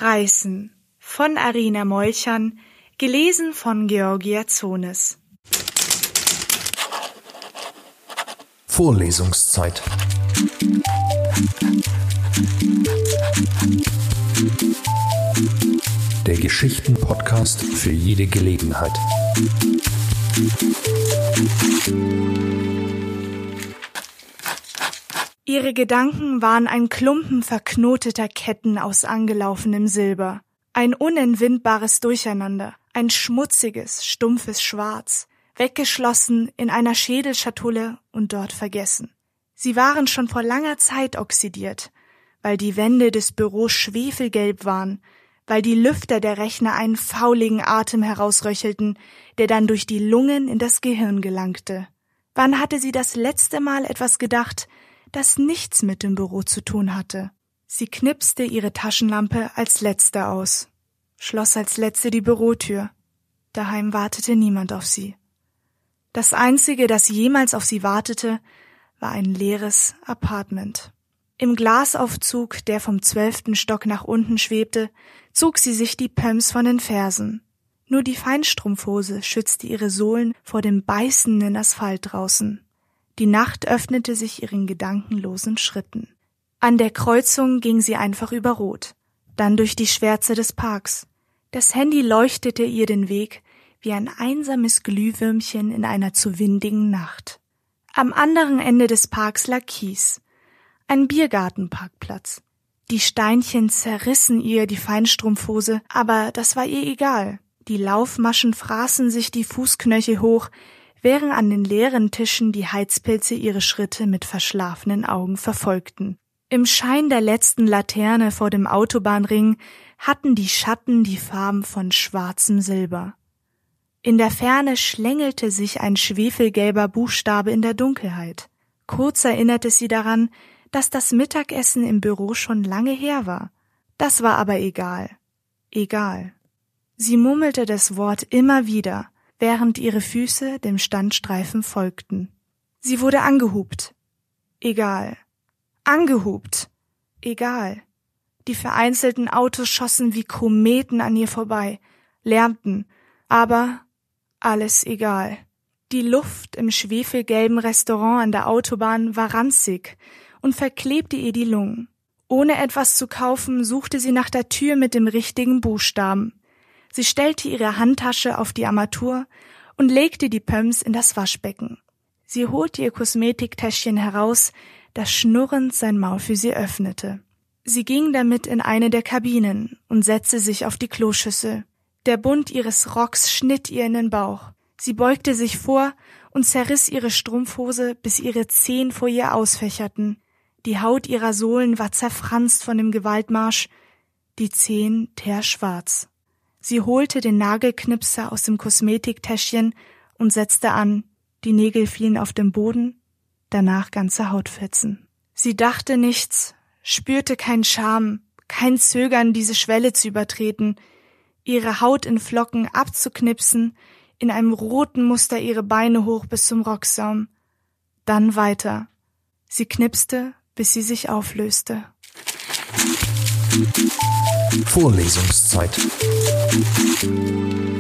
Reißen von Arina Molchan, gelesen von Georgia Zones. Vorlesungszeit. Der Geschichten-Podcast für jede Gelegenheit. Ihre Gedanken waren ein Klumpen verknoteter Ketten aus angelaufenem Silber, ein unentwindbares Durcheinander, ein schmutziges, stumpfes Schwarz, weggeschlossen in einer Schädelschatulle und dort vergessen. Sie waren schon vor langer Zeit oxidiert, weil die Wände des Büros schwefelgelb waren, weil die Lüfter der Rechner einen fauligen Atem herausröchelten, der dann durch die Lungen in das Gehirn gelangte. Wann hatte sie das letzte Mal etwas gedacht, das nichts mit dem Büro zu tun hatte? Sie knipste ihre Taschenlampe als letzte aus, schloss als letzte die Bürotür. Daheim wartete niemand auf sie. Das Einzige, das jemals auf sie wartete, war ein leeres Apartment. Im Glasaufzug, der vom 12. Stock nach unten schwebte, zog sie sich die Pumps von den Fersen. Nur die Feinstrumpfhose schützte ihre Sohlen vor dem beißenden Asphalt draußen. Die Nacht öffnete sich ihren gedankenlosen Schritten. An der Kreuzung ging sie einfach über Rot, dann durch die Schwärze des Parks. Das Handy leuchtete ihr den Weg wie ein einsames Glühwürmchen in einer zu windigen Nacht. Am anderen Ende des Parks lag Kies, ein Biergartenparkplatz. Die Steinchen zerrissen ihr die Feinstrumpfhose, aber das war ihr egal. Die Laufmaschen fraßen sich die Fußknöchel hoch, während an den leeren Tischen die Heizpilze ihre Schritte mit verschlafenen Augen verfolgten. Im Schein der letzten Laterne vor dem Autobahnring hatten die Schatten die Farben von schwarzem Silber. In der Ferne schlängelte sich ein schwefelgelber Buchstabe in der Dunkelheit. Kurz erinnerte sie daran, dass das Mittagessen im Büro schon lange her war. Das war aber egal. Egal. Sie murmelte das Wort immer wieder, während ihre Füße dem Standstreifen folgten. Sie wurde angehupt. Egal. Angehupt. Egal. Die vereinzelten Autos schossen wie Kometen an ihr vorbei, lärmten, aber alles egal. Die Luft im schwefelgelben Restaurant an der Autobahn war ranzig und verklebte ihr die Lungen. Ohne etwas zu kaufen, suchte sie nach der Tür mit dem richtigen Buchstaben. Sie stellte ihre Handtasche auf die Armatur und legte die Pumps in das Waschbecken. Sie holte ihr Kosmetiktäschchen heraus, das schnurrend sein Maul für sie öffnete. Sie ging damit in eine der Kabinen und setzte sich auf die Kloschüssel. Der Bund ihres Rocks schnitt ihr in den Bauch. Sie beugte sich vor und zerriss ihre Strumpfhose, bis ihre Zehen vor ihr ausfächerten. Die Haut ihrer Sohlen war zerfranst von dem Gewaltmarsch, die Zehen teerschwarz. Sie holte den Nagelknipser aus dem Kosmetiktäschchen und setzte an. Die Nägel fielen auf den Boden, danach ganze Hautfetzen. Sie dachte nichts, spürte keinen Scham, kein Zögern, diese Schwelle zu übertreten, ihre Haut in Flocken abzuknipsen, in einem roten Muster ihre Beine hoch bis zum Rocksaum. Dann weiter. Sie knipste, bis sie sich auflöste. Vorlesungszeit.